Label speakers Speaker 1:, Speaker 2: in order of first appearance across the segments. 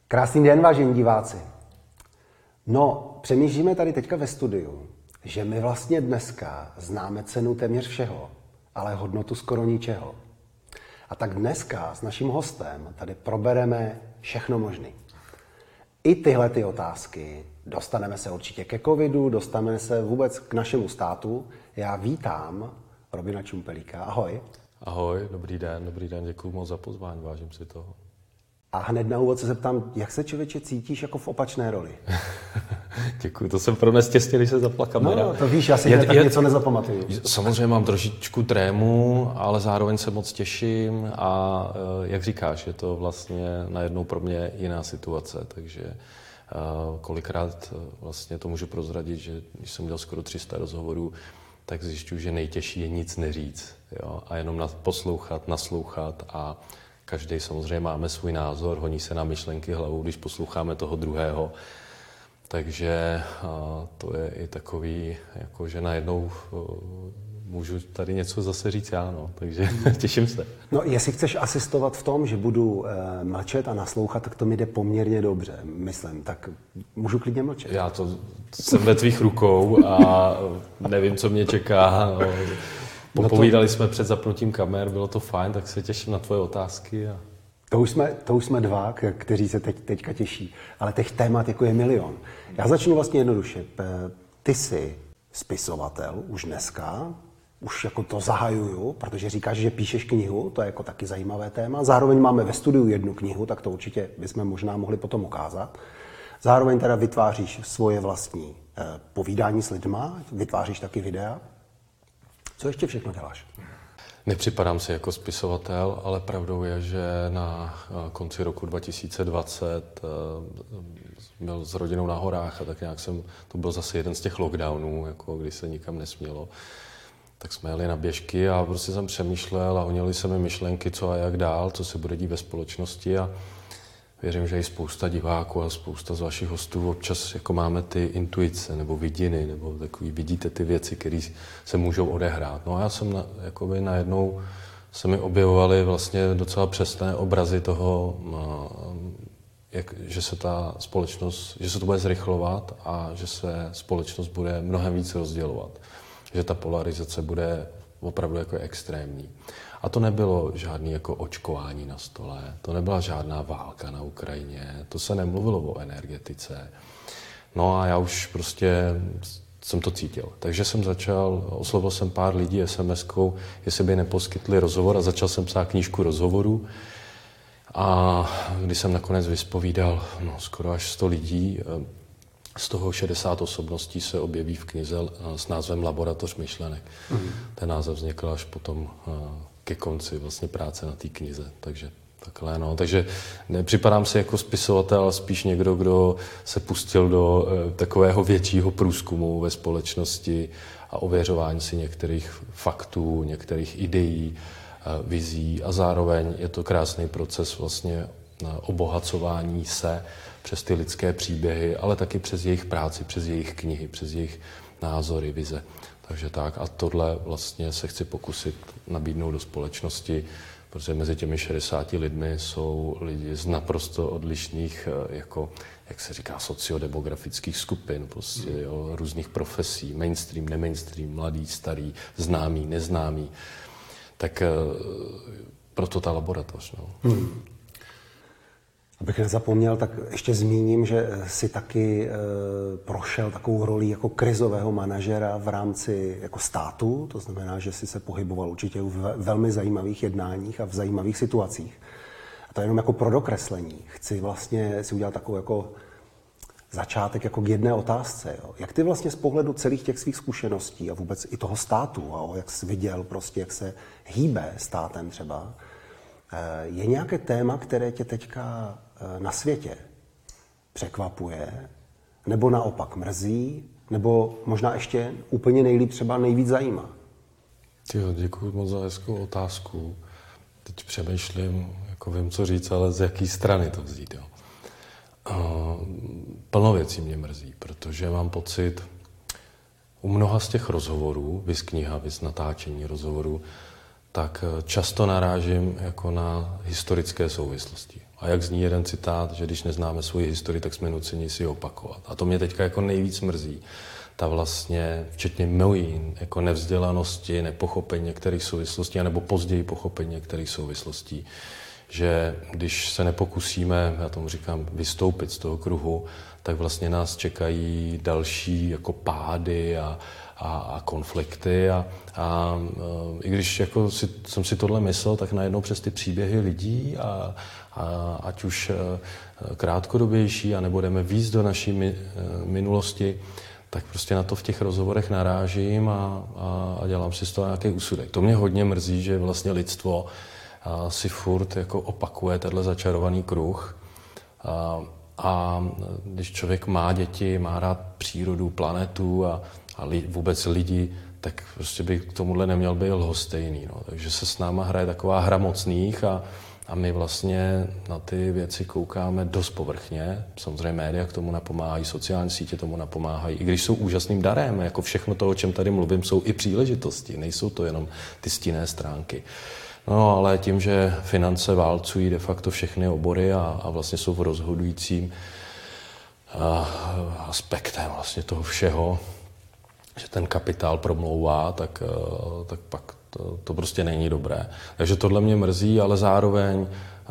Speaker 1: Krásný den, vážení diváci. No, přemýšlíme tady teďka ve studiu, že my vlastně dneska známe cenu téměř všeho, ale hodnotu skoro ničeho. A tak dneska s naším hostem tady probereme všechno možné. I tyhle ty otázky. Dostaneme se určitě ke covidu, dostaneme se vůbec k našemu státu. Já vítám Robina Čumpelíka. Ahoj.
Speaker 2: Ahoj, dobrý den, děkuji moc za pozvání, vážím si toho.
Speaker 1: A hned na úvod se zeptám, jak se člověče cítíš jako v opačné roli?
Speaker 2: Děkuji, to jsem pro nestěstí, když se zapla kamera.
Speaker 1: No, to víš, já si tak něco nezapamatuju.
Speaker 2: Samozřejmě mám trošičku trému, ale zároveň se moc těším a jak říkáš, je to vlastně najednou pro mě jiná situace, takže kolikrát vlastně to můžu prozradit, že když jsem dělal skoro 300 rozhovorů, tak zjišťuji, že nejtěžší je nic neříct, jo? A jenom poslouchat, naslouchat a každý samozřejmě máme svůj názor, honí se nám myšlenky hlavou, když posloucháme toho druhého. Takže to je i takový, jako že najednou můžu tady něco zase říct já, no. Takže těším se.
Speaker 1: No, jestli chceš asistovat v tom, že budu mlčet a naslouchat, tak to mi jde poměrně dobře, myslím. Tak můžu klidně mlčet.
Speaker 2: Já to jsem ve tvých rukou a nevím, co mě čeká. Popovídali jsme před zapnutím kamer, bylo to fajn, tak se těším na tvoje otázky.
Speaker 1: To už jsme dva, kteří se teďka těší, ale těch témat jako je milion. Já začnu vlastně jednoduše. Ty jsi spisovatel už dneska, už jako to zahajuju, protože říkáš, že píšeš knihu, to je jako taky zajímavé téma. Zároveň máme ve studiu jednu knihu, tak to určitě bychom možná mohli potom ukázat. Zároveň teda vytváříš svoje vlastní povídání s lidma, vytváříš taky videa. Co ještě všechno děláš?
Speaker 2: Nepřipadám si jako spisovatel, ale pravdou je, že na konci roku 2020 byl s rodinou na horách a tak nějak to byl zase jeden z těch lockdownů, jako když se nikam nesmělo. Tak jsme jeli na běžky a prostě jsem přemýšlel a honily se mi myšlenky, co a jak dál, co se bude dít ve společnosti a věřím, že i spousta diváků a spousta z vašich hostů občas jako máme ty intuice nebo vidiny, nebo takový vidíte ty věci, které se můžou odehrát. No a já jsem najednou se mi objevovaly vlastně docela přesné obrazy toho, že se ta společnost, že se to bude zrychlovat a že se společnost bude mnohem víc rozdělovat. Že ta polarizace bude opravdu jako extrémní. A to nebylo žádný jako očkování na stole, to nebyla žádná válka na Ukrajině, to se nemluvilo o energetice. No a já už prostě jsem to cítil. Takže jsem oslovil jsem pár lidí SMS-kou, jestli by neposkytli rozhovor a začal jsem psát knížku rozhovorů. A když jsem nakonec vyspovídal skoro až 100 lidí, z toho 60 osobností se objeví v knize s názvem Laboratoř myšlenek. Ten název vznikl až potom ke konci vlastně práce na té knize. Takže takhle, no. Takže nepřipadám si jako spisovatel, ale spíš někdo, kdo se pustil do takového většího průzkumu ve společnosti a ověřování si některých faktů, některých ideí, vizí a zároveň je to krásný proces vlastně obohacování se přes ty lidské příběhy, ale taky přes jejich práci, přes jejich knihy, přes jejich názory, vize. Takže tak a tohle vlastně se chci pokusit nabídnout do společnosti, protože mezi těmi 60 lidmi jsou lidi z naprosto odlišných, jako, jak se říká, sociodemografických skupin, prostě, jo, různých profesí, mainstream, nemainstream, mladý, starý, známý, neznámý. Tak proto ta laboratoř. No.
Speaker 1: Abych nezapomněl, tak ještě zmíním, že si taky prošel takovou roli jako krizového manažera v rámci jako státu, to znamená, že si se pohyboval určitě v velmi zajímavých jednáních a v zajímavých situacích. A to jenom jako pro dokreslení. Chci vlastně si udělat takovou jako začátek jako k jedné otázce. Jo. Jak ty vlastně z pohledu celých těch svých zkušeností a vůbec i toho státu, jo, jak jsi viděl prostě, jak se hýbe státem třeba, je nějaké téma, které tě teďka na světě překvapuje, nebo naopak mrzí, nebo možná ještě úplně nejlíp třeba nejvíc zajímá?
Speaker 2: Děkuji moc za hezkou otázku. Teď přemýšlím, jako vím, co říct, ale z jaký strany to vzít. Jo. Plno věcí mě mrzí, protože mám pocit, u mnoha z těch rozhovorů, viz kniha, viz natáčení rozhovorů, tak často narážím jako na historické souvislosti. A jak zní jeden citát, že když neznáme svoji historii, tak jsme nuceni si ji opakovat. A to mě teďka jako nejvíc mrzí. Ta vlastně, včetně mojí jako nevzdělanosti, nepochopení některých souvislostí, anebo později pochopení některých souvislostí, že když se nepokusíme, já tomu říkám, vystoupit z toho kruhu, tak vlastně nás čekají další jako pády a konflikty a i když jako jsem si tohle myslel, tak najednou přes ty příběhy lidí a ať už krátkodobější, anebo jdeme víc do naší minulosti, tak prostě na to v těch rozhovorech narážím a dělám si z toho nějaký úsudek. To mě hodně mrzí, že vlastně lidstvo si furt jako opakuje tenhle začarovaný kruh. A když člověk má děti, má rád přírodu, planetu a vůbec lidi, tak prostě by k tomuhle neměl být lhostejný. No. Takže se s náma hraje taková hra mocných a my vlastně na ty věci koukáme dost povrchně. Samozřejmě média k tomu napomáhají, sociální sítě tomu napomáhají. I když jsou úžasným darem, jako všechno to, o čem tady mluvím, jsou i příležitosti. Nejsou to jenom ty stinné stránky. No, ale tím, že finance válcují de facto všechny obory a vlastně jsou v rozhodujícím aspektem vlastně toho všeho, že ten kapitál promlouvá, tak pak to prostě není dobré. Takže tohle mě mrzí, ale zároveň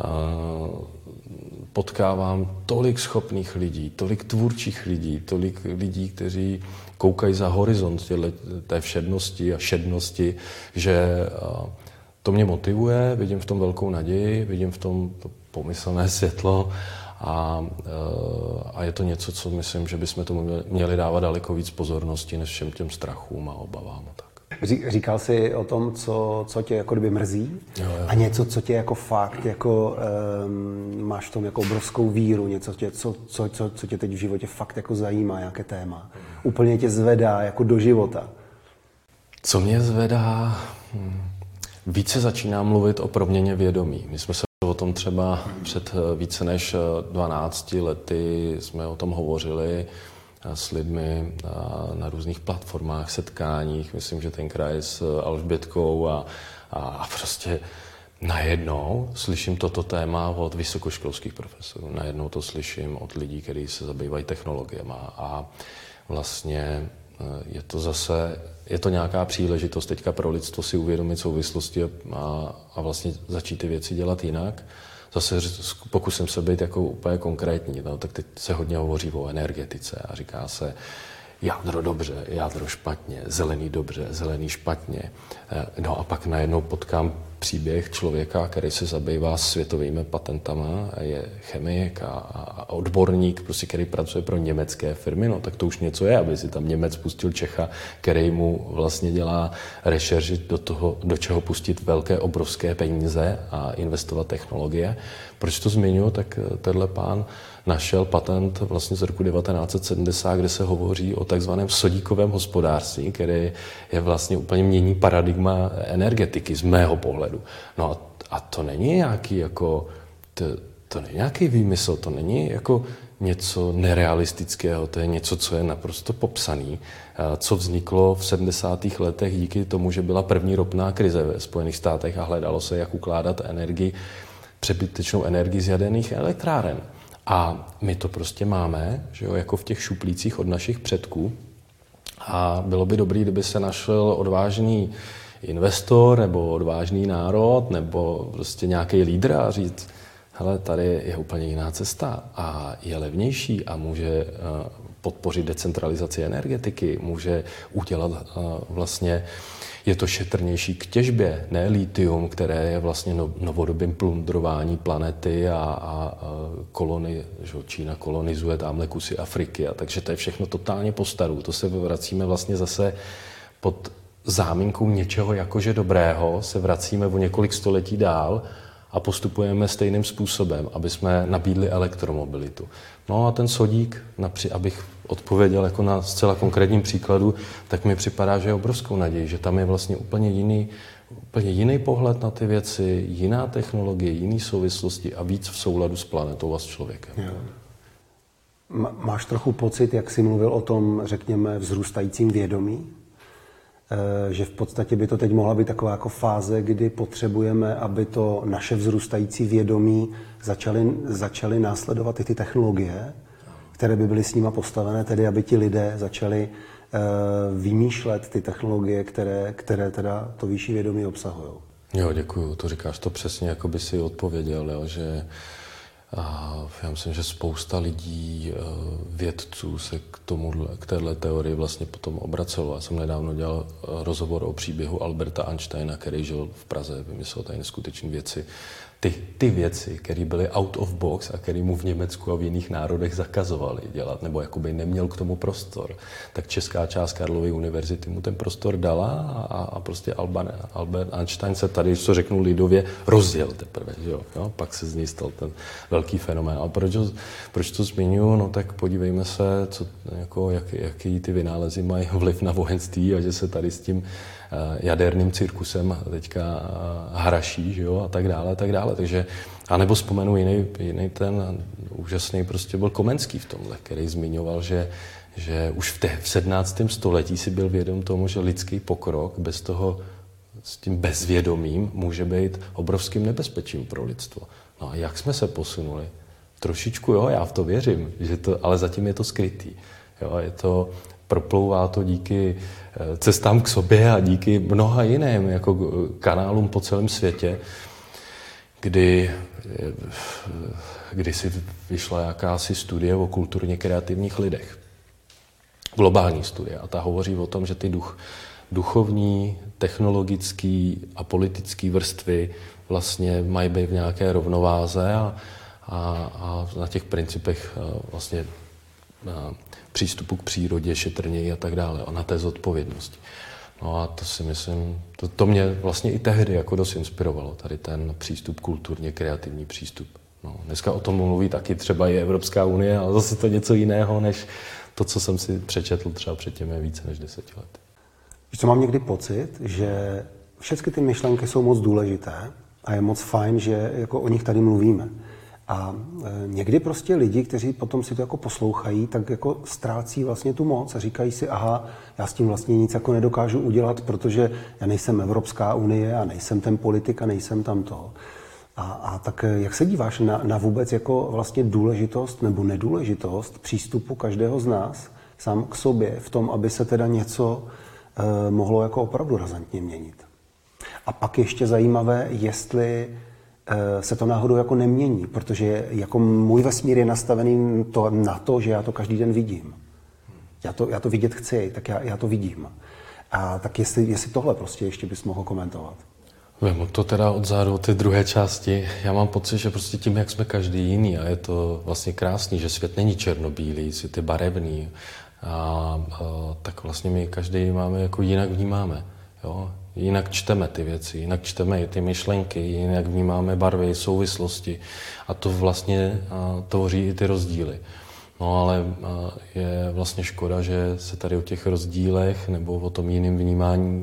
Speaker 2: potkávám tolik schopných lidí, tolik tvůrčích lidí, tolik lidí, kteří koukají za horizont té všednosti a šednosti, že to mě motivuje, vidím v tom velkou naději, vidím v tom to pomyslné světlo a je to něco, co myslím, že bychom tomu měli dávat daleko víc pozornosti než všem těm strachům a obavám. Tak.
Speaker 1: Říkal jsi o tom, co tě jako kdyby mrzí a něco, co tě jako fakt, jako máš v tom jako obrovskou víru, něco, co tě teď v životě fakt jako zajímá, jaké téma. Úplně tě zvedá jako do života.
Speaker 2: Co mě zvedá? Více začínám mluvit o proměně vědomí. My jsme se o tom třeba před více než 12 lety jsme o tom hovořili s lidmi na různých platformách, setkáních. Myslím, že tenkrát s Alžbětkou a prostě najednou slyším toto téma od vysokoškolských profesorů. Najednou to slyším od lidí, kteří se zabývají technologiemi a vlastně je to nějaká příležitost teďka pro lidstvo si uvědomit souvislosti a vlastně začít ty věci dělat jinak. Zase pokusím se být jako úplně konkrétní, no, tak teď se hodně hovoří o energetice a říká se jádro dobře, jádro špatně, zelený dobře, zelený špatně. No a pak najednou potkám příběh člověka, který se zabývá světovými patentama, je chemik a odborník, prostě, který pracuje pro německé firmy, no tak to už něco je, aby si tam Němec pustil Čecha, který mu vlastně dělá rešerži do čeho pustit velké, obrovské peníze a investovat technologie. Proč to zmiňuji, tak tenhle pán našel patent vlastně z roku 1970, kde se hovoří o takzvaném sodíkovém hospodářství, které je vlastně úplně mění paradigma energetiky z mého pohledu. No a to není nějaký jako, to není nějaký výmysl, to není jako něco nerealistického, to je něco, co je naprosto popsaný, co vzniklo v 70. letech díky tomu, že byla první ropná krize ve Spojených státech a hledalo se, jak ukládat přebytečnou energii z jaderných elektráren. A my to prostě máme, že jo, jako v těch šuplících od našich předků. A bylo by dobré, kdyby se našel odvážný investor nebo odvážný národ nebo prostě nějaký lídr a říct, hele, tady je úplně jiná cesta a je levnější a může podpořit decentralizaci energetiky, může udělat vlastně, je to šetrnější k těžbě, ne litium, které je vlastně novodobým plundrování planety a Čína kolonizuje tamhle kusy Afriky. A takže to je všechno totálně po staru. To se vracíme vlastně zase pod záminkou něčeho jakože dobrého, se vracíme o několik století dál a postupujeme stejným způsobem, aby jsme nabídli elektromobilitu. No a ten sodík, abych odpověděl jako na zcela konkrétním příkladu, tak mi připadá, že je obrovskou naději, že tam je vlastně úplně jiný pohled na ty věci, jiná technologie, jiný souvislosti a víc v souladu s planetou a s člověkem. Jo.
Speaker 1: Máš trochu pocit, jak jsi mluvil o tom, řekněme, vzrůstajícím vědomí, že v podstatě by to teď mohla být taková jako fáze, kdy potřebujeme, aby to naše vzrůstající vědomí začaly následovat i ty technologie, které by byly s nima postavené, tedy aby ti lidé začali vymýšlet ty technologie, které teda to vyšší vědomí obsahují.
Speaker 2: Jo, děkuju, to říkáš to přesně, jako by si odpověděl, jo, že já myslím, že spousta lidí, vědců se k téhle teorii vlastně potom obracelo. Já jsem nedávno dělal rozhovor o příběhu Alberta Einsteina, který žil v Praze, vymyslel tady neskutečné věci. Ty věci, které byly out of box a které mu v Německu a v jiných národech zakazovali dělat, nebo jakoby neměl k tomu prostor, tak česká část Karlovy univerzity mu ten prostor dala a prostě Albert Einstein se tady, co řeknu lidově, rozjel teprve. Jo? Pak se z něj stal ten velký fenomén. A proč to zmiňuji? No tak podívejme se, jaký ty vynálezy mají vliv na vojenství a že se tady s tím jaderným cirkusem teďka hraší, že jo, a tak dále. Takže, anebo vzpomenu jiný ten úžasný prostě byl Komenský v tomhle, který zmiňoval, že už v 17. století si byl vědom tomu, že lidský pokrok bez toho, s tím bezvědomím může být obrovským nebezpečím pro lidstvo. No a jak jsme se posunuli? Trošičku, jo, já v to věřím, ale zatím je to skrytý. Jo, proplouvá to díky cestám k sobě a díky mnoha jiným jako kanálům po celém světě, kdy si vyšla jakási studie o kulturně kreativních lidech. Globální studie. A ta hovoří o tom, že ty duchovní, technologický a politický vrstvy vlastně mají být v nějaké rovnováze a na těch principech vlastně přístupu k přírodě, šetrněji a tak dále, a na té zodpovědnosti. No a to si myslím, to mě vlastně i tehdy jako dost inspirovalo, tady ten přístup, kulturně kreativní přístup. No, dneska o tom mluví taky třeba i Evropská unie, ale zase to něco jiného, než to, co jsem si přečetl třeba před těmi více než 10 lety.
Speaker 1: Víš, co mám někdy pocit, že všechny ty myšlenky jsou moc důležité a je moc fajn, že jako o nich tady mluvíme. A někdy prostě lidi, kteří potom si to jako poslouchají, tak jako ztrácí vlastně tu moc a říkají si, aha, já s tím vlastně nic jako nedokážu udělat, protože já nejsem Evropská unie a nejsem ten politik a nejsem tam to. A tak jak se díváš na vůbec jako vlastně důležitost nebo nedůležitost přístupu každého z nás sám k sobě v tom, aby se teda něco mohlo jako opravdu razantně měnit? A pak ještě zajímavé, jestli se to náhodou jako nemění, protože jako můj vesmír je nastavený na to, že já to každý den vidím. Já to vidět chci, tak já to vidím. A tak jestli tohle prostě ještě bys mohl komentovat.
Speaker 2: Vemu to teda odzadu, od té druhé části. Já mám pocit, že prostě tím, jak jsme každý jiný, a je to vlastně krásný, že svět není černobílý, svět je barevný, tak vlastně my každý máme jako jinak vnímáme. Jo? Jinak čteme ty věci, jinak čteme i ty myšlenky, jinak vnímáme barvy, souvislosti a to vlastně tvoří i ty rozdíly. No ale je vlastně škoda, že se tady o těch rozdílech nebo o tom jiném vnímání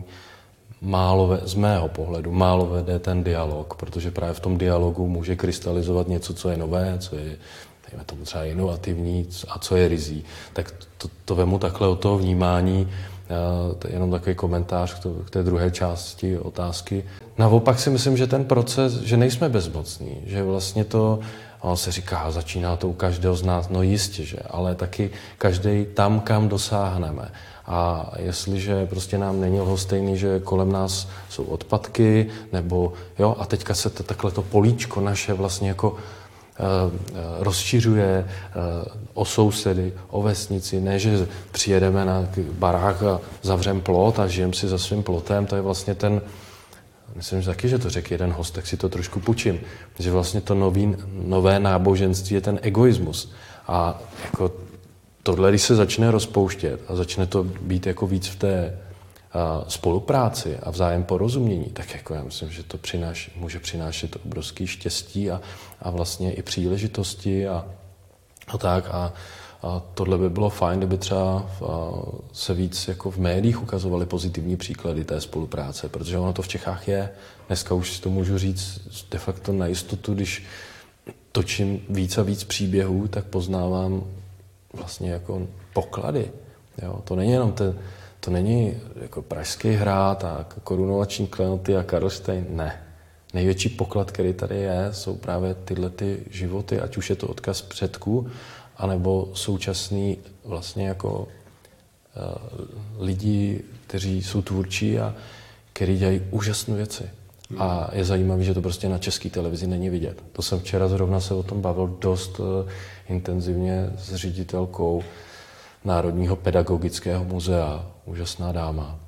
Speaker 2: z mého pohledu málo vede ten dialog, protože právě v tom dialogu může krystalizovat něco, co je nové, co je dejme tomu třeba inovativní a co je rizí. Tak to vemu takhle od toho vnímání. To je jenom takový komentář k té druhé části otázky. Naopak si myslím, že ten proces, že nejsme bezmocní, že vlastně to se říká, začíná to u každého z nás, no jistě, že, ale taky každý tam, kam dosáhneme. A jestliže prostě nám není lhostejný, že kolem nás jsou odpadky, nebo jo, a teďka se takhle to políčko naše vlastně jako rozšiřuje o sousedy, o vesnici, ne, že přijedeme na barák a zavřeme plot a žijeme si za svým plotem, to je vlastně ten, myslím, že taky, že to řekl jeden host, tak si to trošku půjčím, že vlastně to nové náboženství je ten egoismus. A jako tohle, když se začne rozpouštět a začne to být jako víc v té spolupráci a vzájem porozumění, tak jako já myslím, že to může přinášet obrovský štěstí a vlastně i příležitosti a tak. A tohle by bylo fajn, kdyby třeba se víc jako v médiích ukazovaly pozitivní příklady té spolupráce, protože ono to v Čechách je. Dneska už si to můžu říct de facto na jistotu, když točím víc a víc příběhů, tak poznávám vlastně jako poklady. Jo? To není jenom to není jako Pražský hrad a korunovační klenoty a Karlštejn, ne. Největší poklad, který tady je, jsou právě tyhle ty životy, ať už je to odkaz předků, anebo současný vlastně jako lidi, kteří jsou tvůrčí a kteří dělají úžasné věci. A je zajímavé, že to prostě na české televizi není vidět. To jsem včera zrovna se o tom bavil dost intenzivně s ředitelkou Národního pedagogického muzea, úžasná dáma.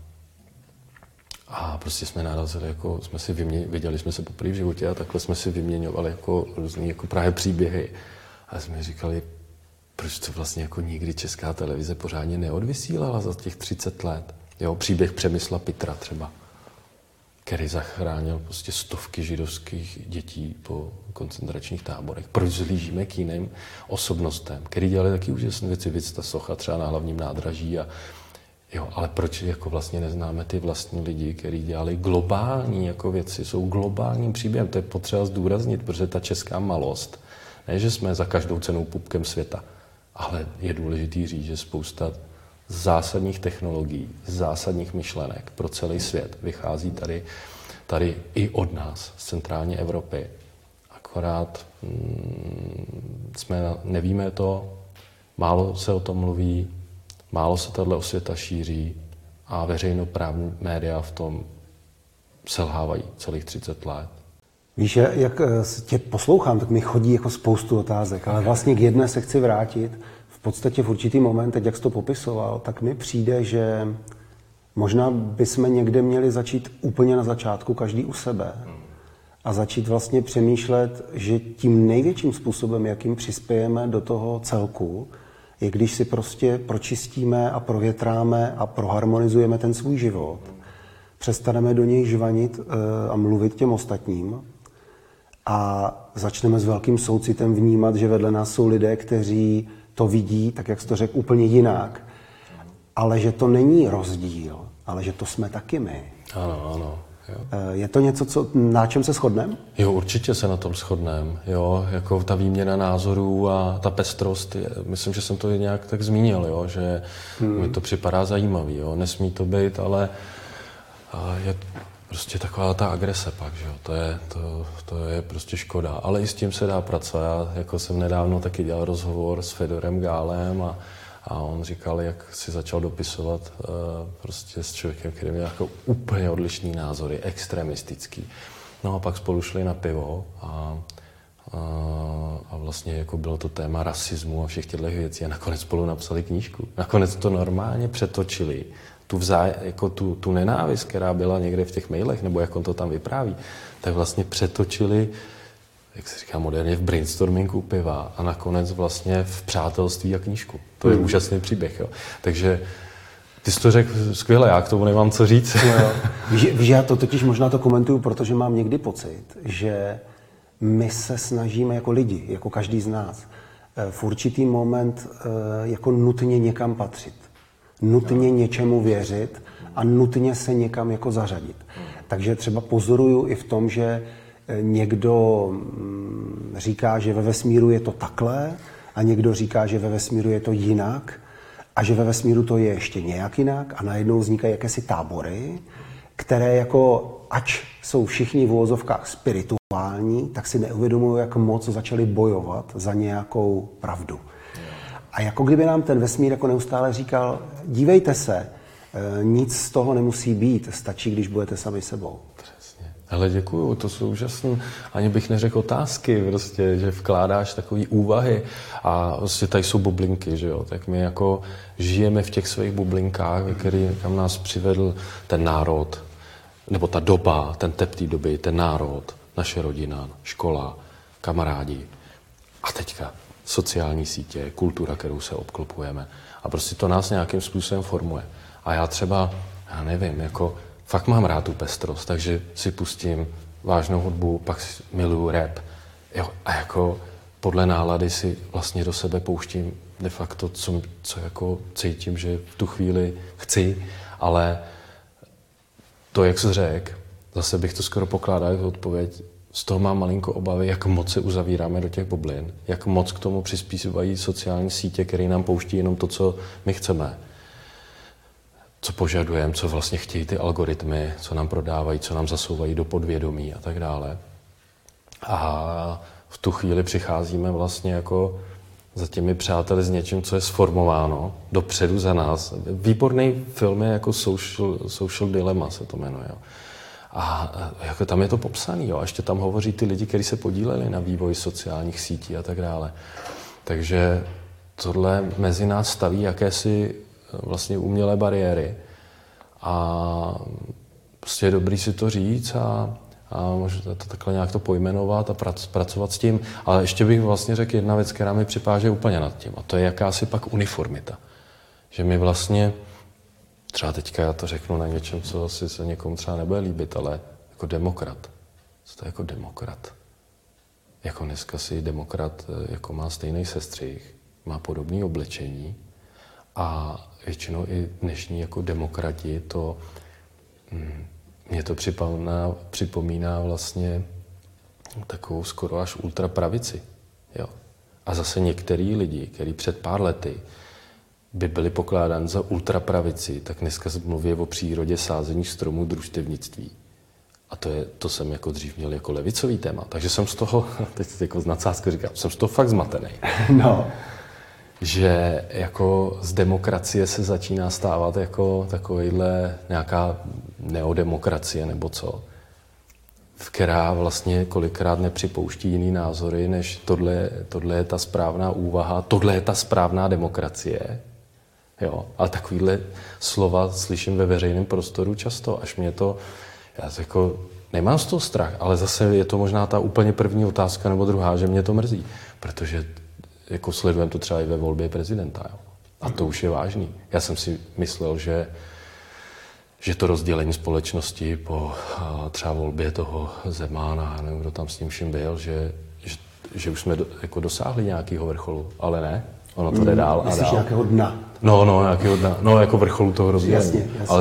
Speaker 2: A prostě jsme narazili, jako jsme si viděli jsme se poprvé v životě a takhle jsme si vyměňovali jako různý jako právě příběhy. A jsme říkali, proč to vlastně jako nikdy česká televize pořádně neodvysílala za těch 30 let. Jo, příběh Přemysla Pitra třeba, který zachránil prostě stovky židovských dětí po koncentračních táborech. Proč zhlížíme k jiným osobnostem, který dělali taky úžasné věci, víc ta socha třeba na Hlavním nádraží. Jo, ale proč jako vlastně neznáme ty vlastní lidi, kteří dělali globální jako věci, jsou globálním příběhem. To je potřeba zdůraznit, protože ta česká malost, ne, že jsme za každou cenu pupkem světa, ale je důležitý říct, že spousta zásadních technologií, zásadních myšlenek pro celý svět vychází tady i od nás, z centrální Evropy. Akorát nevíme to, málo se o tom mluví, málo se tato osvěta šíří a veřejnoprávní média v tom selhávají celých 30 let.
Speaker 1: Víš, jak tě poslouchám, tak mi chodí jako spoustu otázek, ale vlastně k jedné se chci vrátit. V podstatě v určitý moment, teď jak jsi to popisoval, tak mi přijde, že možná bychom někde měli začít úplně na začátku, každý u sebe. A začít vlastně přemýšlet, že tím největším způsobem, jakým přispějeme do toho celku, je když si prostě pročistíme a provětráme a proharmonizujeme ten svůj život. Přestaneme do něj žvanit a mluvit těm ostatním a začneme s velkým soucitem vnímat, že vedle nás jsou lidé, kteří to vidí, tak jak jsi to řekl, úplně jinak. Ale že to není rozdíl, ale že to jsme taky my.
Speaker 2: Ano, ano. Jo.
Speaker 1: Je to něco, na čem se shodneme?
Speaker 2: Jo, určitě se na tom shodneme. Jo, jako ta výměna názorů a ta pestrost, myslím, že jsem to nějak tak zmínil, jo, že mi to připadá zajímavý. Jo. Nesmí to být, ale je prostě taková ta agrese pak, že jo. To je prostě škoda. Ale i s tím se dá pracovat. Já jako jsem nedávno taky dělal rozhovor s Fedorem Gálem a on říkal, jak si začal dopisovat prostě s člověkem, který měl jako úplně odlišný názory, extremistický. No a pak spolu šli na pivo a vlastně jako bylo to téma rasismu a všech těchto věcí a nakonec spolu napsali knížku. Nakonec to normálně přetočili. Tu nenávist, která byla někde v těch mailech, nebo jak on to tam vypráví, tak vlastně přetočili, jak se říká moderně, v brainstormingu piva a nakonec vlastně v přátelství a knížku. To je úžasný příběh. Jo. Takže ty jsi to řekl skvěle, já k tomu nemám co říct.
Speaker 1: No, víš, já to totiž možná to komentuju, protože mám někdy pocit, že my se snažíme jako lidi, jako každý z nás, v určitý moment jako nutně někam patřit. Nutně něčemu věřit a nutně se někam jako zařadit. Takže třeba pozoruju i v tom, že někdo říká, že ve vesmíru je to takhle a někdo říká, že ve vesmíru je to jinak a že ve vesmíru to je ještě nějak jinak a najednou vznikají jakési tábory, které jako, ač jsou všichni v uvozovkách spirituální, tak si neuvědomují, jak moc začali bojovat za nějakou pravdu. A jako kdyby nám ten vesmír jako neustále říkal, dívejte se, nic z toho nemusí být, stačí, když budete sami sebou.
Speaker 2: Přesně. Hele, děkuju, to jsou úžasné. Ani bych neřekl otázky, prostě, že vkládáš takové úvahy a prostě tady jsou bublinky, že jo. Tak my jako žijeme v těch svých bublinkách, kam nás přivedl ten národ, nebo ta doba, ten tep té doby, ten národ, naše rodina, škola, kamarádi. A teďka sociální sítě, kultura, kterou se obklopujeme. A prostě to nás nějakým způsobem formuje. A já třeba, já nevím, jako fakt mám rád tu pestrost, takže si pustím vážnou hudbu, pak miluju rap. Jo, a jako podle nálady si vlastně do sebe pouštím de facto, co jako cítím, že v tu chvíli chci, ale to, jak jsi řekl, zase bych to skoro pokládal jako odpověď, z toho mám malinko obavy, jak moc se uzavíráme do těch bublin, jak moc k tomu přispívají sociální sítě, které nám pouští jenom to, co my chceme. Co požadujeme, co vlastně chtějí ty algoritmy, co nám prodávají, co nám zasouvají do podvědomí a tak dále. A v tu chvíli přicházíme vlastně jako za těmi přáteli s něčím, co je sformováno dopředu za nás. Výborný film je jako Social Dilemma se to jmenuje. Jo. A jako tam je to popsaný. Jo. A ještě tam hovoří ty lidi, kteří se podíleli na vývoji sociálních sítí a tak dále. Takže tohle mezi nás staví jakési vlastně umělé bariéry. A prostě je dobrý si to říct a možná to takhle nějak to pojmenovat a pracovat s tím. Ale ještě bych vlastně řekl jedna věc, která mi připáže úplně nad tím. A to je jakási pak uniformita. Že my vlastně, třeba teďka já to řeknu na něčem, co asi se někomu třeba nebude líbit, ale jako demokrat. Co to je jako demokrat? Jako dneska si demokrat jako má stejný sestřih, má podobné oblečení a většinou i dnešní jako demokrati to mě to připomíná vlastně takovou skoro až ultrapravici. Jo. A zase některý lidi, kteří před pár lety by byli pokládáni za ultrapravici, tak dneska se mluví o přírodě, sázení stromů, družstevnictví. A to jsem jako dřív měl jako levicový téma. Takže jsem z toho, teď jako z nadsázky říkám, jsem z toho fakt zmatený.
Speaker 1: No.
Speaker 2: Že jako z demokracie se začíná stávat jako takovýhle nějaká neodemokracie nebo co, která vlastně kolikrát nepřipouští jiný názory, než tohle je ta správná úvaha, tohle je ta správná demokracie. Jo, ale takovýhle slova slyším ve veřejném prostoru často, až mě to, já jako nemám z toho strach, ale zase je to možná ta úplně první otázka nebo druhá, že mě to mrzí, protože jako sledujeme to třeba i ve volbě prezidenta. Jo. A to už je vážný. Já jsem si myslel, že to rozdělení společnosti po třeba volbě toho Zemána, nevím, kdo tam s ním vším byl, že už jsme jako dosáhli nějakého vrcholu, ale ne. Ono to jde dál a dál.
Speaker 1: Nějakého dna.
Speaker 2: No, nějakého dna. No, jako vrcholu toho rozdělení.
Speaker 1: Jasně.
Speaker 2: Ale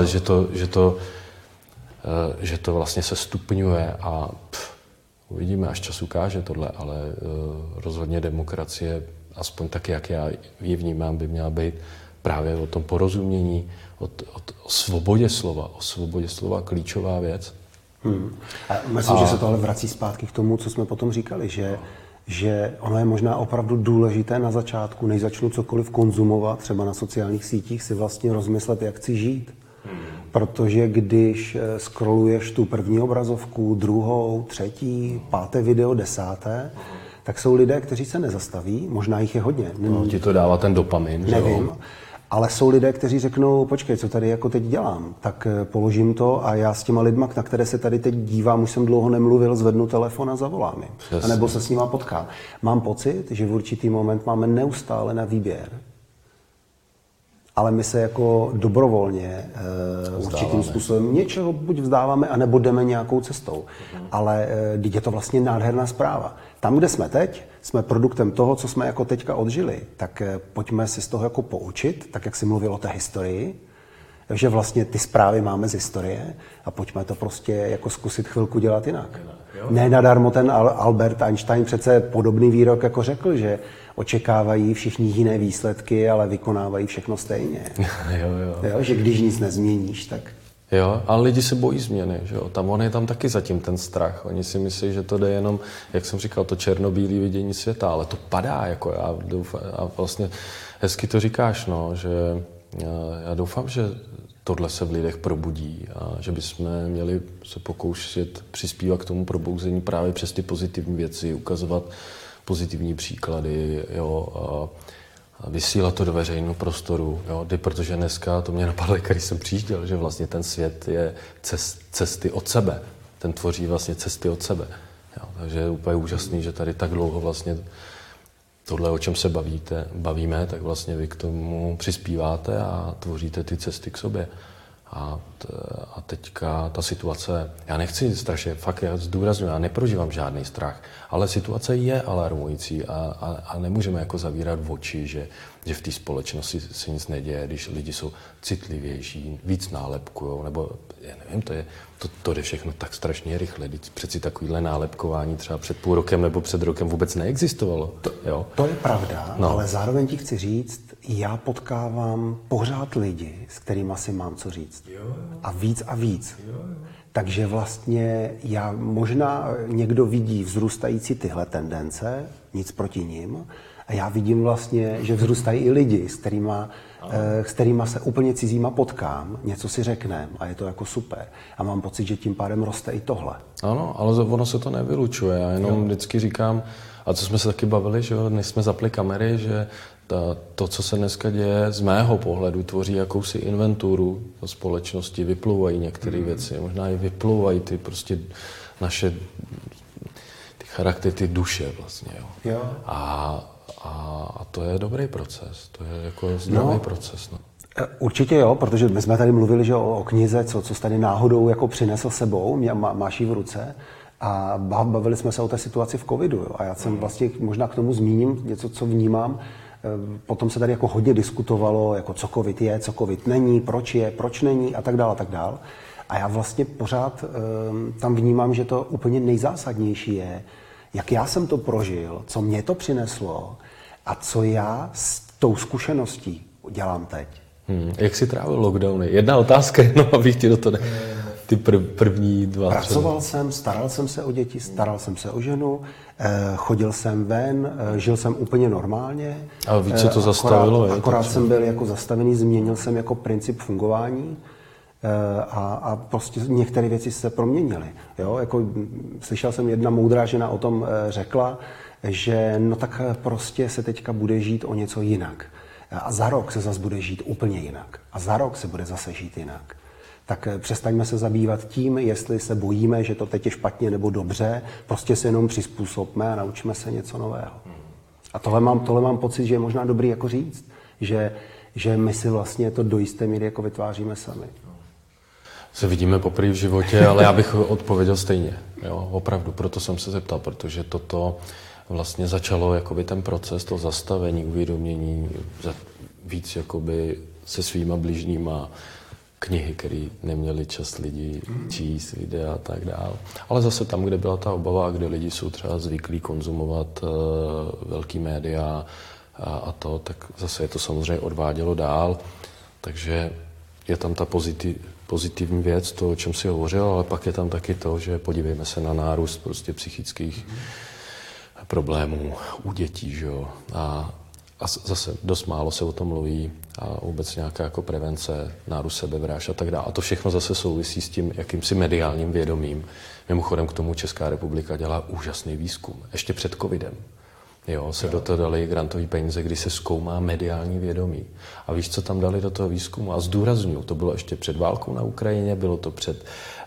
Speaker 2: že to vlastně se stupňuje a uvidíme, až čas ukáže tohle, ale rozhodně demokracie, aspoň tak, jak já ji vnímám, by měla být právě o tom porozumění, o svobodě slova. O svobodě slova klíčová věc.
Speaker 1: A myslím, že se to ale vrací zpátky k tomu, co jsme potom říkali, že ono je možná opravdu důležité na začátku, než začnu cokoliv konzumovat, třeba na sociálních sítích, si vlastně rozmyslet, jak chci žít. Protože když scrolluješ tu první obrazovku, druhou, třetí, páté video, desáté, tak jsou lidé, kteří se nezastaví, možná jich je hodně.
Speaker 2: No, ti to dává ten dopamin,
Speaker 1: nevím,
Speaker 2: že?
Speaker 1: Ale jsou lidé, kteří řeknou, počkej, co tady jako teď dělám, tak položím to a já s těma lidma, na které se tady teď dívám, už jsem dlouho nemluvil, zvednu telefon a zavolám jim. A nebo se s nima potkám. Mám pocit, že v určitý moment máme neustále na výběr, ale my se jako dobrovolně určitým způsobem něčeho buď vzdáváme, anebo jdeme nějakou cestou. Ale teď je to vlastně nádherná zpráva. Tam, kde jsme teď, jsme produktem toho, co jsme jako teďka odžili, tak pojďme si z toho jako poučit, tak jak jsi mluvil o té historii, že vlastně ty zprávy máme z historie a pojďme to prostě jako zkusit chvilku dělat jinak. Ne nadarmo ten Albert Einstein přece podobný výrok jako řekl, že očekávají všichni jiné výsledky, ale vykonávají všechno stejně. Jo, že když nic nezměníš, tak...
Speaker 2: Jo, ale lidi se bojí změny, že jo. On je tam taky zatím ten strach. Oni si myslí, že to jde jenom, jak jsem říkal, to černobílé vidění světa, ale to padá, jako já doufám, a vlastně hezky to říkáš, no, že já doufám, že tohle se v lidech probudí a že bychom měli se pokoušet přispívat k tomu probouzení právě přes ty pozitivní věci, ukazovat pozitivní příklady, jo, a vysílat to do veřejného prostoru, jo, protože dneska to mě napadlo, když jsem přijížděl, že vlastně ten svět je cesty od sebe, ten tvoří vlastně cesty od sebe, jo, takže je úplně úžasný, že tady tak dlouho vlastně tohle, o čem se bavíme, tak vlastně vy k tomu přispíváte a tvoříte ty cesty k sobě. A teďka ta situace, já nechci strašně, fakt já zdůrazňuji, já neprožívám žádný strach, ale situace je alarmující a nemůžeme jako zavírat oči, že v té společnosti se nic neděje, když lidi jsou citlivější, víc nálepkujou, nebo já nevím, to jde všechno tak strašně rychle. Přeci takovýhle nálepkování třeba před půl rokem nebo před rokem vůbec neexistovalo.
Speaker 1: To je pravda, no. Ale zároveň ti chci říct, já potkávám pořád lidi, s kterými si mám co říct. A víc a víc. Takže vlastně možná někdo vidí vzrůstající tyhle tendence, nic proti nim, a já vidím vlastně, že vzrůstají i lidi, s kterýma se úplně cizíma potkám, něco si řekneme a je to jako super. A mám pocit, že tím pádem roste i tohle.
Speaker 2: Ano, ale ono se to nevylučuje. Já jenom vždycky říkám, a co jsme se taky bavili, že než jsme zapli kamery, že to, co se dneska děje, z mého pohledu tvoří jakousi inventuru společnosti, vyplouvají některé věci, možná i vyplouvají ty prostě naše ty charaktery, ty duše vlastně. Jo. A to je dobrý proces, to je jako zdravý proces. No.
Speaker 1: Určitě jo, protože my jsme tady mluvili, že o knize, co jsi tady náhodou jako přinesl sebou, máš ji v ruce. A bavili jsme se o té situaci v covidu. Jo. A já jsem vlastně možná k tomu zmíním něco, co vnímám. Potom se tady jako hodně diskutovalo, jako co covid je, co covid není, proč není a tak dále, a tak dále. A já vlastně pořád tam vnímám, že to úplně nejzásadnější je, jak já jsem to prožil, co mě to přineslo a co já s tou zkušeností dělám teď.
Speaker 2: Jak jsi trávil lockdowny? Jedna otázka, jenom abych ti do toho... Ty první 2.
Speaker 1: Pracoval jsem, staral jsem se o děti, staral jsem se o ženu, chodil jsem ven, žil jsem úplně normálně.
Speaker 2: A víc se to zastavilo?
Speaker 1: Akorát jsem byl jako zastavený, změnil jsem jako princip fungování a prostě některé věci se proměnily. Jo? Jako, slyšel jsem, jedna moudrá žena o tom řekla, že no tak prostě se teďka bude žít o něco jinak. A za rok se zase bude žít úplně jinak. A za rok se bude zase žít jinak. Tak přestaňme se zabývat tím, jestli se bojíme, že to teď je špatně nebo dobře, prostě se jenom přizpůsobme a naučíme se něco nového. A tohle mám pocit, že je možná dobrý jako říct, že my si vlastně to do jisté míry jako vytváříme sami.
Speaker 2: Se vidíme poprvé v životě, ale já bych odpověděl stejně. Jo, opravdu, proto jsem se zeptal, protože toto vlastně začalo jakoby ten proces, to zastavení, uvědomění, víc jakoby se svýma bližníma, knihy, které neměli čas lidi číst, videa a tak dál. Ale zase tam, kde byla ta obava, kde lidi jsou třeba zvyklí konzumovat velký média a to, tak zase je to samozřejmě odvádělo dál. Takže je tam ta pozitivní věc, to, o čem si hovořil, ale pak je tam taky to, že podívejme se na nárůst prostě psychických problémů u dětí, že jo. A zase dost málo se o tom mluví a vůbec nějaká jako prevence, nárůst sebevražd a tak dále. A to všechno zase souvisí s tím jakýmsi mediálním vědomím. Mimochodem k tomu Česká republika dělá úžasný výzkum. Ještě před covidem. Jo, se do toho dali grantové peníze, kdy se zkoumá mediální vědomí. A víš, co tam dali do toho výzkumu? A zdůrazňuji, to bylo ještě před válkou na Ukrajině, bylo to před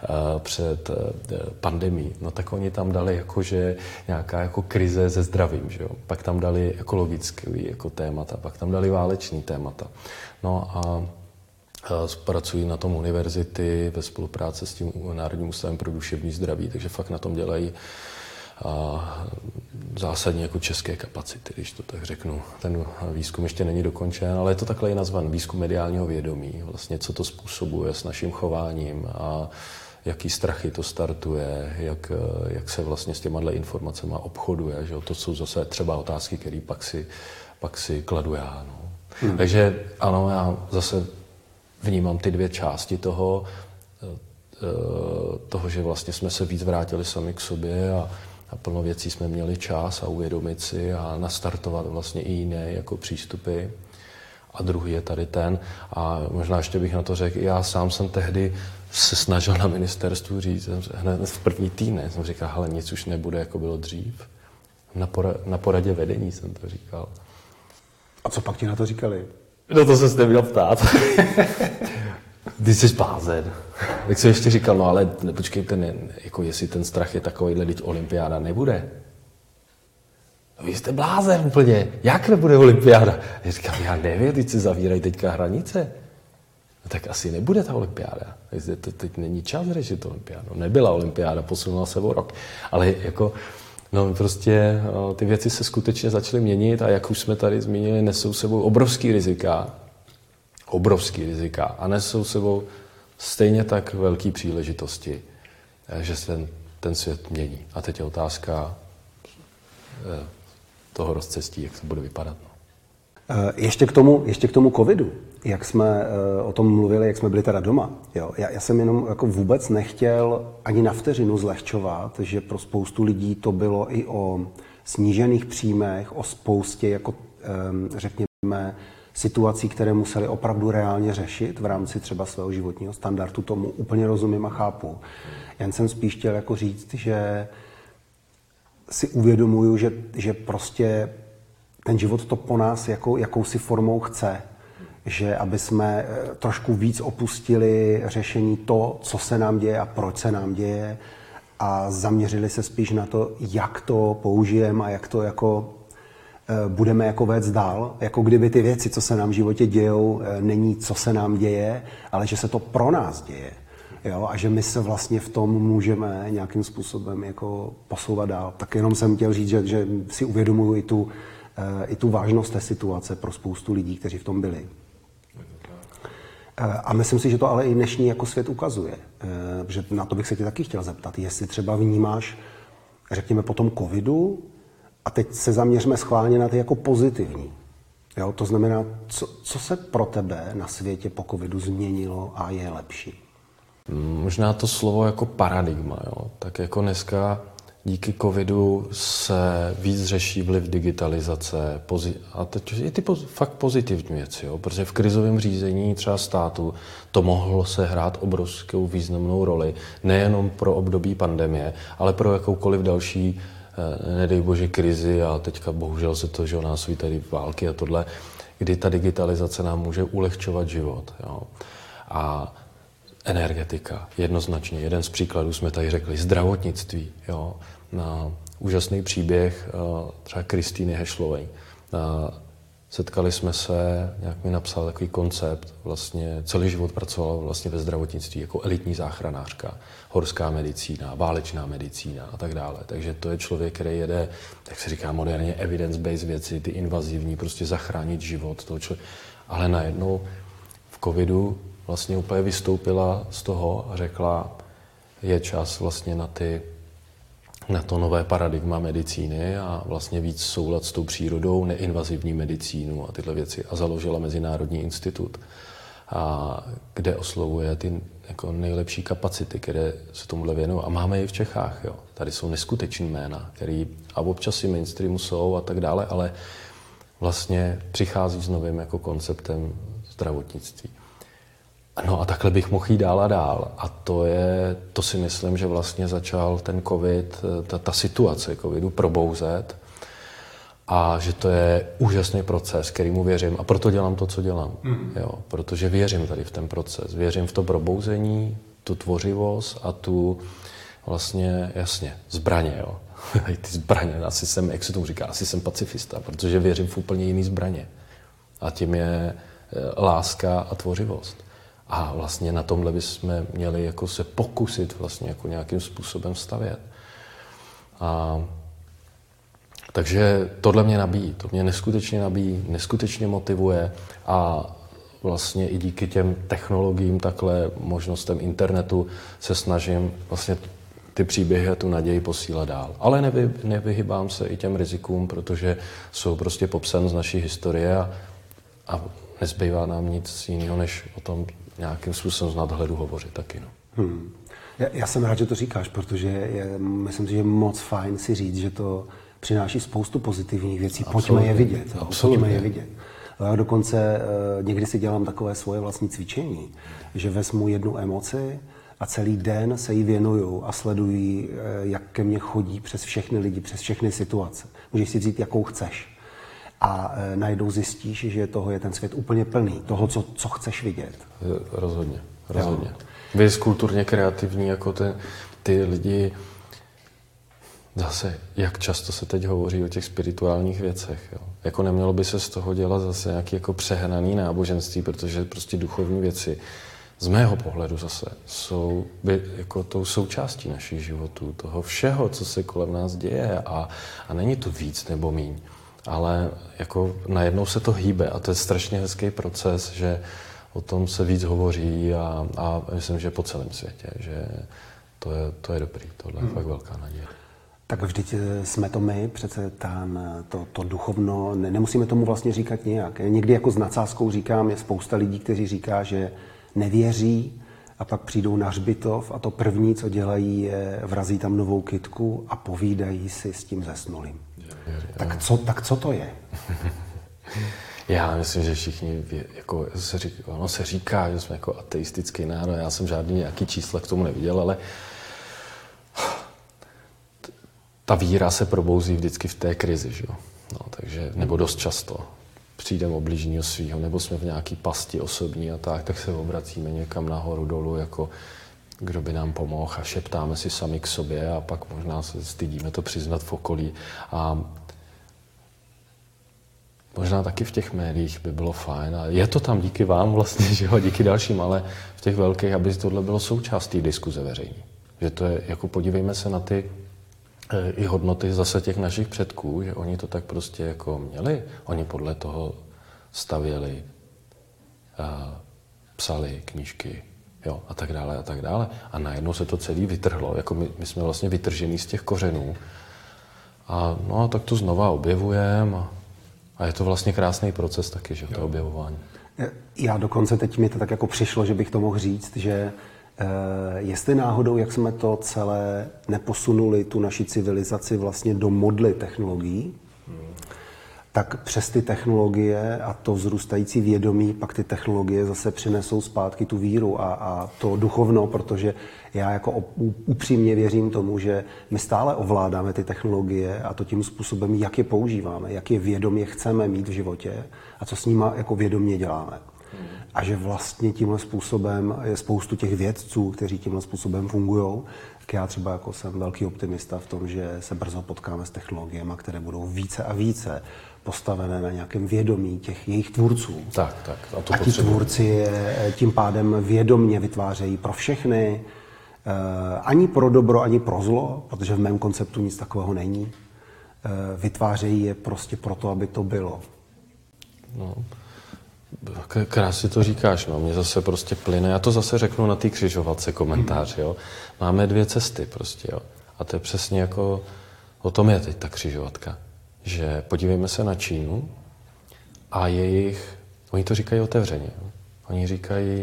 Speaker 2: pandemií. No tak oni tam dali jakože nějaká jako krize se zdravím, že jo? Pak tam dali ekologické jako témata, pak tam dali váleční témata. No a pracují na tom univerzity ve spolupráci s tím Národním ústavem pro duševní zdraví, takže fakt na tom dělají zásadně jako české kapacity, když to tak řeknu. Ten výzkum ještě není dokončen, ale je to takhle i nazvan výzkum mediálního vědomí. Vlastně co to způsobuje s naším chováním a jaký strachy to startuje, jak se vlastně s těma informacemi obchoduje. Že? To jsou zase třeba otázky, které pak si kladu já. No. Takže ano, já zase vnímám ty dvě části toho, že vlastně jsme se víc vrátili sami k sobě a plno věcí jsme měli čas a uvědomit si a nastartovat vlastně i jiné jako přístupy. A druhý je tady ten. A možná ještě bych na to řekl, já sám jsem tehdy se snažil na ministerstvu říct, hned v první týdne jsem říkal, hele, nic už nebude, jako bylo dřív. Na poradě vedení jsem to říkal.
Speaker 1: A co pak ti na to říkali?
Speaker 2: No to se neměl ptát. Ty jsi blázen. Tak jsem ještě říkal, no ale počkejte, jako jestli ten strach je takovýhle, teď olympiáda nebude. No vy jste blázen úplně. Jak nebude olympiáda? Já říkám, já nevím, teď se zavírají teďka hranice. No tak asi nebude ta olympiáda. Teď není čas řešit olympiádu. Nebyla olympiáda, posunula se o rok. Ale jako, no prostě ty věci se skutečně začaly měnit a jak už jsme tady zmínili, nesou sebou obrovský rizika a nesou sebou stejně tak velké příležitosti, že se ten svět mění. A teď je otázka toho rozcestí, jak to bude vypadat. No.
Speaker 1: Ještě k tomu covidu, jak jsme o tom mluvili, jak jsme byli teda doma. Jo? Já jsem jenom jako vůbec nechtěl ani na vteřinu zlehčovat, že pro spoustu lidí to bylo i o snížených příjmech, o spoustě, jako řekněme, situací, které museli opravdu reálně řešit v rámci třeba svého životního standardu. Tomu úplně rozumím a chápu. Jen jsem spíš chtěl jako říct, že si uvědomuju, že prostě ten život to po nás jakousi formou chce. Že aby jsme trošku víc opustili řešení to, co se nám děje a proč se nám děje a zaměřili se spíš na to, jak to použijeme a jak to jako budeme jako vést dál. Jako kdyby ty věci, co se nám v životě dějou, není co se nám děje, ale že se to pro nás děje. Jo? A že my se vlastně v tom můžeme nějakým způsobem jako posouvat dál. Tak jenom jsem chtěl říct, že si uvědomuji i tu vážnost té situace pro spoustu lidí, kteří v tom byli. A myslím si, že to ale i dnešní jako svět ukazuje. Že na to bych se tě taky chtěl zeptat. Jestli třeba vnímáš, řekněme, po tom covidu, a teď se zaměřme schválně na ty jako pozitivní. Jo? To znamená, co se pro tebe na světě po covidu změnilo a je lepší?
Speaker 2: Možná to slovo jako paradigma. Jo? Tak jako dneska díky covidu se víc řeší vliv digitalizace a teď i ty fakt pozitivní věci, jo? Protože v krizovém řízení třeba státu to mohlo sehrát obrovskou významnou roli, nejenom pro období pandemie, ale pro jakoukoliv další, nedej bože, krizi a teďka bohužel se to, že nás ví tady války a tohle, kdy ta digitalizace nám může ulehčovat život. Jo? A energetika, jednoznačně. Jeden z příkladů jsme tady řekli, zdravotnictví. Jo? Na úžasný příběh třeba Kristýny Hešlovej. Setkali jsme se, nějak mi napsal takový koncept, vlastně celý život pracovala vlastně ve zdravotnictví jako elitní záchranářka, horská medicína, válečná medicína a tak dále. Takže to je člověk, který jede, jak se říká moderně, evidence-based věci, ty invazivní, prostě zachránit život toho člověka. Ale najednou v covidu vlastně úplně vystoupila z toho a řekla, je čas vlastně na to nové paradigma medicíny a vlastně víc soulad s tou přírodou, neinvazivní medicínu a tyhle věci a založila Mezinárodní institut, kde oslovuje ty jako nejlepší kapacity, které se tomuhle věnují. A máme je v Čechách. Jo. Tady jsou neskutečný jména, který a občas i mainstreamu jsou a tak dále, ale vlastně přichází s novým jako konceptem zdravotnictví. No a takhle bych mohl jít dál a dál. A to si myslím, že vlastně začal ten covid, ta situace covidu probouzet a že to je úžasný proces, kterýmu věřím a proto dělám to, co dělám. Jo, protože věřím tady v ten proces. Věřím v to probouzení, tu tvořivost a tu vlastně, jasně, zbraně. Jo. Ty zbraně, jak se tomu říká, asi jsem pacifista, protože věřím v úplně jiný zbraně. A tím je láska a tvořivost. A vlastně na tomhle bychom měli jako se pokusit vlastně jako nějakým způsobem stavět. Takže tohle mě nabíjí, to mě neskutečně nabíjí, neskutečně motivuje a vlastně i díky těm technologiím, takhle možnostem internetu se snažím vlastně ty příběhy a tu naději posílat dál. Ale nevyhybám se i těm rizikům, protože jsou prostě popsan z naší historie a nezbývá nám nic jiného, než o tom nějakým způsobem z nadhledu hovořit taky. No.
Speaker 1: Já jsem rád, že to říkáš, protože myslím si, že je moc fajn si říct, že to přináší spoustu pozitivních věcí. Pojďme je vidět. Pojďme je vidět. Já dokonce někdy si dělám takové svoje vlastní cvičení, že vezmu jednu emoci a celý den se jí věnuju a sleduji, jak ke mně chodí přes všechny lidi, přes všechny situace. Můžeš si říct, jakou chceš. A najednou zjistíš, že toho je ten svět úplně plný, toho, co chceš vidět.
Speaker 2: Rozhodně. Vy jsi kulturně kreativní, jako ty lidi, zase, jak často se teď hovoří o těch spirituálních věcech. Jo? Jako nemělo by se z toho dělat zase nějaké jako přehnané náboženství, protože prostě duchovní věci z mého pohledu zase jsou jako tou součástí našich životů, toho všeho, co se kolem nás děje a není to víc nebo míň. Ale jako najednou se to hýbe a to je strašně hezký proces, že o tom se víc hovoří a myslím, že po celém světě, že to je dobrý, tohle je fakt velká naděje.
Speaker 1: Tak vždyť jsme to my, přece to duchovno, nemusíme tomu vlastně říkat nějak. Někdy jako s nadsázkou říkám, je spousta lidí, kteří říká, že nevěří a pak přijdou na hřbitov a to první, co dělají, je vrazí tam novou kytku a povídají si s tím zesnulým. Tak co to je?
Speaker 2: Já myslím, že všichni, jako se říká, že jsme jako ateistický národ, já jsem žádný nějaký čísla k tomu neviděl, ale ta víra se probouzí vždycky v té krizi, že jo? No, takže, nebo dost často přijdeme o blížního svýho, nebo jsme v nějaký pasti osobní a tak se obracíme někam nahoru, dolů, jako kdo by nám pomohl a šeptáme si sami k sobě a pak možná se stydíme to přiznat v okolí. A možná taky v těch médiích by bylo fajn. A je to tam díky vám vlastně, že jo, díky dalším, ale v těch velkých, aby tohle bylo součástí diskuze veřejní. Že to je, jako podívejme se na ty i hodnoty zase těch našich předků, že oni to tak prostě jako měli. Oni podle toho stavěli, psali knížky, jo, a tak dále, a tak dále. A najednou se to celé vytrhlo. Jako my jsme vlastně vytržení z těch kořenů. A no, tak to znova objevujeme. A je to vlastně krásný proces taky, že to objevování.
Speaker 1: Já dokonce teď mi to tak jako přišlo, že bych to mohl říct, že jestli náhodou, jak jsme to celé neposunuli, tu naši civilizaci vlastně do modly technologií, tak přes ty technologie a to vzrůstající vědomí, pak ty technologie zase přinesou zpátky tu víru a to duchovno, protože já jako upřímně věřím tomu, že my stále ovládáme ty technologie a to tím způsobem, jak je používáme, jak je vědomě chceme mít v životě a co s nima jako vědomě děláme. A že vlastně tímhle způsobem je spoustu těch vědců, kteří tímhle způsobem fungují. Tak já třeba jako jsem velký optimista v tom, že se brzo potkáme s technologiemi, které budou více a více postavené na nějakém vědomí těch jejich tvůrců.
Speaker 2: Tak.
Speaker 1: A ti tvůrci je tím pádem vědomně vytvářejí pro všechny, ani pro dobro, ani pro zlo, protože v mém konceptu nic takového není. Vytvářejí je prostě proto, aby to bylo.
Speaker 2: No. Krásně to říkáš, no. Mně zase prostě plyne, já to zase řeknu na té křižovatce komentář, jo. Máme dvě cesty prostě, jo. A to je přesně jako, o tom je teď ta křižovatka. Že podívejme se na Čínu a oni to říkají otevřeně, jo. Oni říkají,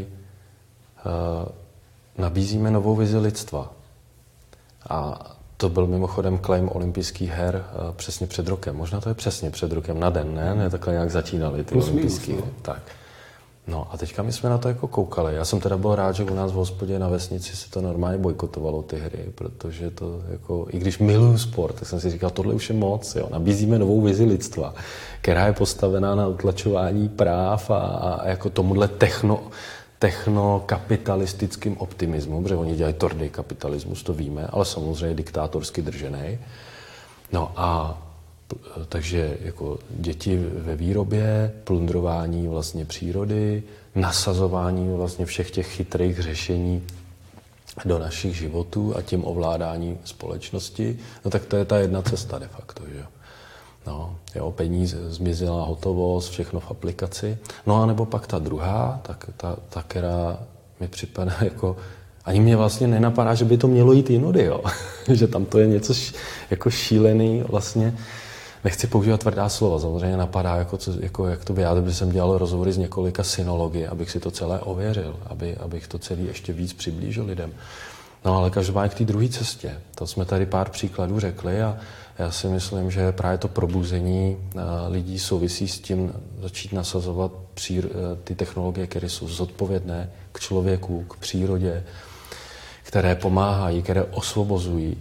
Speaker 2: nabízíme novou vizi lidstva. A to byl mimochodem claim olympijských her přesně před rokem. Možná to je přesně před rokem na den, ne? Takhle nějak začínaly ty olympijské hry. Tak. No a teďka my jsme na to jako koukali. Já jsem teda byl rád, že u nás v hospodě na vesnici se to normálně bojkotovalo ty hry, protože to jako, i když miluju sport, tak jsem si říkal, tohle už je moc, jo. Nabízíme novou vizi lidstva, která je postavená na utlačování práv a jako tomuhle technokapitalistickým optimismu, protože oni dělají tvrdý kapitalismus, to víme, ale samozřejmě diktátorsky držený. No a takže jako děti ve výrobě, plundrování vlastně přírody, nasazování vlastně všech těch chytrých řešení do našich životů a tím ovládání společnosti, no tak to je ta jedna cesta de facto, že jo. No, jo, peníze, zmizela hotovost, všechno v aplikaci. No a nebo pak ta druhá, ta která mi připadá jako, ani mě vlastně nenapadá, že by to mělo jít jinudy, jo. Že tam to je něco jako šílený vlastně. Nechci používat tvrdá slova, samozřejmě napadá, jak to vyjádřit, protože jsem dělal rozhovory s několika synology, abych si to celé ověřil, abych to celé ještě víc přiblížil lidem. No ale každopádně k té druhé cestě, to jsme tady pár příkladů řekli a já si myslím, že právě to probuzení lidí souvisí s tím začít nasazovat ty technologie, které jsou zodpovědné k člověku, k přírodě, které pomáhají, které osvobozují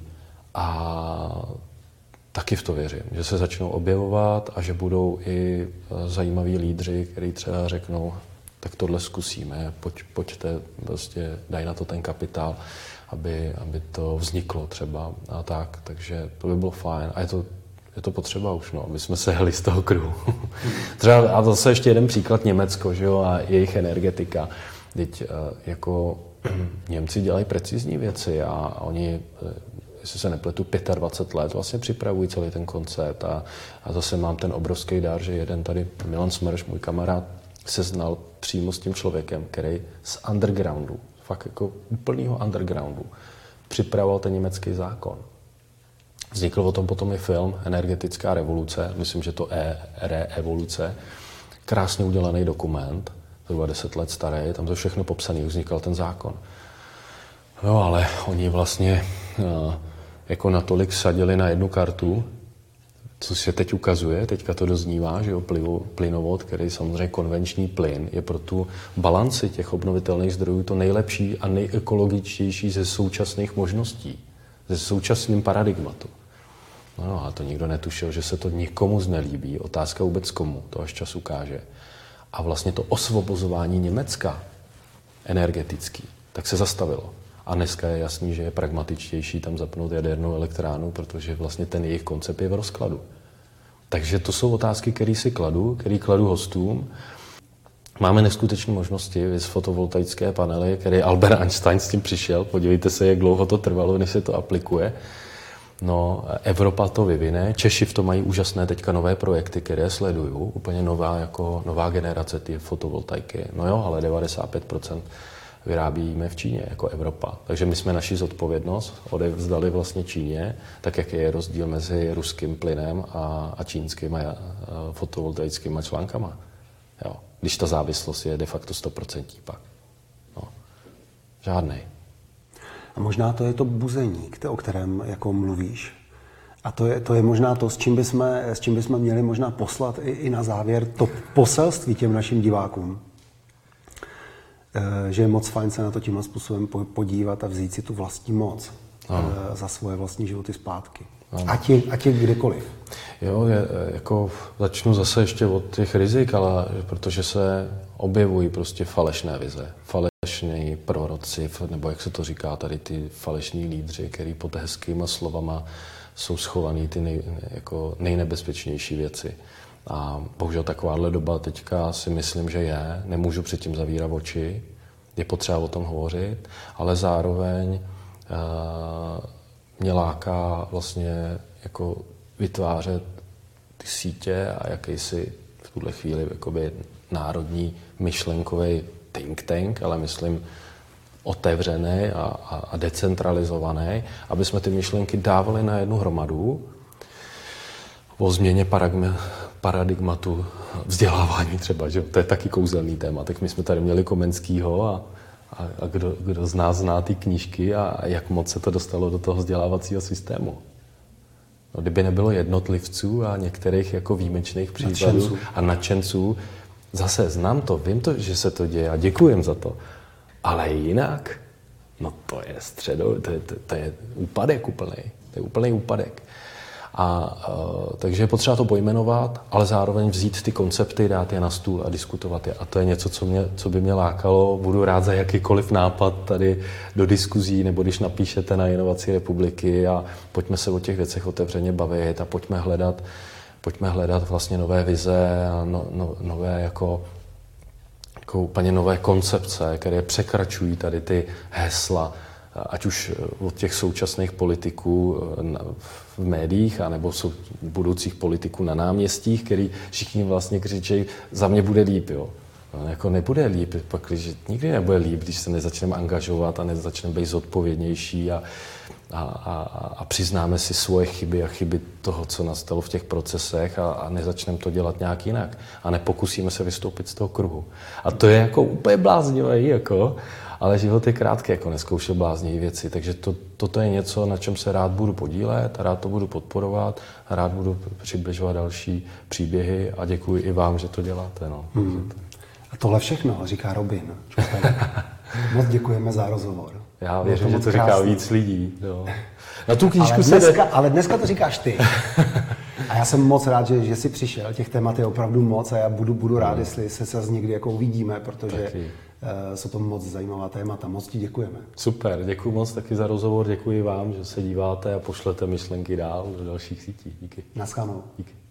Speaker 2: a taky v to věřím, že se začnou objevovat a že budou i zajímaví lídři, kteří třeba řeknou, tak tohle zkusíme, pojďte, prostě dají na to ten kapitál, aby to vzniklo třeba a tak, takže to by bylo fajn a je to potřeba už, no, aby jsme se jeli z toho kruhu. Třeba, a zase ještě jeden příklad, Německo, že jo, a jejich energetika. Teď jako Němci dělají precizní věci a oni, jestli se nepletu, 25 let vlastně připravují celý ten koncept a zase mám ten obrovský dar, že jeden tady, Milan Smrš, můj kamarád, se znal přímo s tím člověkem, který z undergroundu, fakt jako úplného undergroundu, připravoval ten německý zákon. Vznikl o tom potom i film Energetická revoluce, myslím, že to revoluce. Krásně udělaný dokument, zhruba 10 let starý, tam to všechno popsané, už vznikal ten zákon. No ale oni vlastně jako natolik sadili na jednu kartu, co se teď ukazuje, teďka to doznívá, že jo, plynovod, který samozřejmě konvenční plyn, je pro tu balanci těch obnovitelných zdrojů to nejlepší a nejekologičtější ze současných možností, ze současným paradigmatu. No a to nikdo netušil, že se to nikomu znelíbí. Otázka vůbec komu, to až čas ukáže. A vlastně to osvobozování Německa energetický, tak se zastavilo. A dneska je jasný, že je pragmatičtější tam zapnout jadernou elektrárnu, protože vlastně ten jejich koncept je v rozkladu. Takže to jsou otázky, které si kladu hostům. Máme neskutečné možnosti, viz fotovoltaické panely, který Albert Einstein s tím přišel. Podívejte se, jak dlouho to trvalo, než se to aplikuje. No, Evropa to vyvine, Češi v tom mají úžasné teďka nové projekty, které sleduju, úplně nová generace ty fotovoltaiky. No jo, ale 95% vyrábíme v Číně jako Evropa. Takže my jsme naši zodpovědnost odevzdali vlastně Číně, tak jak je rozdíl mezi ruským plynem a čínskými fotovoltaickými článkama. Jo. Když ta závislost je de facto 100% pak. No. Žádnej.
Speaker 1: A možná to je to buzení, o kterém jako mluvíš. A to je možná to, s čím bychom měli možná poslat i na závěr to poselství těm našim divákům. Že je moc fajn se na to tímhle způsobem podívat a vzít si tu vlastní moc za svoje vlastní životy zpátky. Ať je kdekoliv.
Speaker 2: Jo, jako začnu zase ještě od těch rizik, ale protože se objevují prostě falešné vize, falešní proroci, nebo jak se to říká, tady ty falešní lídři, který pod hezkýma slovama jsou schovaný ty nejnebezpečnější věci. A bohužel takováhle doba teďka si myslím, že nemůžu předtím zavírat oči, je potřeba o tom hovořit, ale zároveň mě láká vlastně jako vytvářet ty sítě a jakýsi v tuhle chvíli jakoby národní myšlenkový think tank, ale myslím otevřený a decentralizovaný, aby jsme ty myšlenky dávali na jednu hromadu o změně paradigmatu vzdělávání třeba, že to je taky kouzelný téma. Tak my jsme tady měli Komenskýho a kdo z nás zná ty knížky a jak moc se to dostalo do toho vzdělávacího systému. No, kdyby nebylo jednotlivců a některých jako výjimečných případů a nadšenců, zase znám to, vím to, že se to děje a děkujem za to. Ale jinak, no to je to je úpadek úplnej. To je úplný úpadek. Takže je potřeba to pojmenovat, ale zároveň vzít ty koncepty, dát je na stůl a diskutovat je. A to je něco, co by mě lákalo. Budu rád za jakýkoliv nápad tady do diskuzí, nebo když napíšete na Inovaci republiky a pojďme se o těch věcech otevřeně bavit a pojďme hledat vlastně nové vize a nové jako úplně nové koncepce, které překračují tady ty hesla, ať už od těch současných politiků v médiích, anebo budoucích politiků na náměstích, který všichni vlastně křičí, za mě bude líp, jo. No, jako nebude líp, pakliže nikdy nebude líp, když se nezačneme angažovat a nezačneme být zodpovědnější a přiznáme si svoje chyby a chyby toho, co nastalo v těch procesech a nezačneme to dělat nějak jinak a nepokusíme se vystoupit z toho kruhu. A to je jako úplně bláznivé, jako, ale život je krátký, jako nezkoušel bláznivé věci, takže toto je něco, na čem se rád budu podílet, rád to budu podporovat, rád budu přibližovat další příběhy a děkuji i vám, že to děláte. No.
Speaker 1: A tohle všechno říká Robin. Moc děkujeme za rozhovor.
Speaker 2: Já věřím, že to říká víc lidí. Jo. Na tu
Speaker 1: knížku ale dneska to říkáš ty. A já jsem moc rád, že jsi přišel. Těch témat je opravdu moc a já budu rád, jestli se někdy jako uvidíme, protože jsou to moc zajímavá témata. Moc ti děkujeme.
Speaker 2: Super, děkuji moc taky za rozhovor. Děkuji vám, že se díváte a pošlete myšlenky dál do dalších sítí. Díky.
Speaker 1: Naschledanou.
Speaker 2: Díky.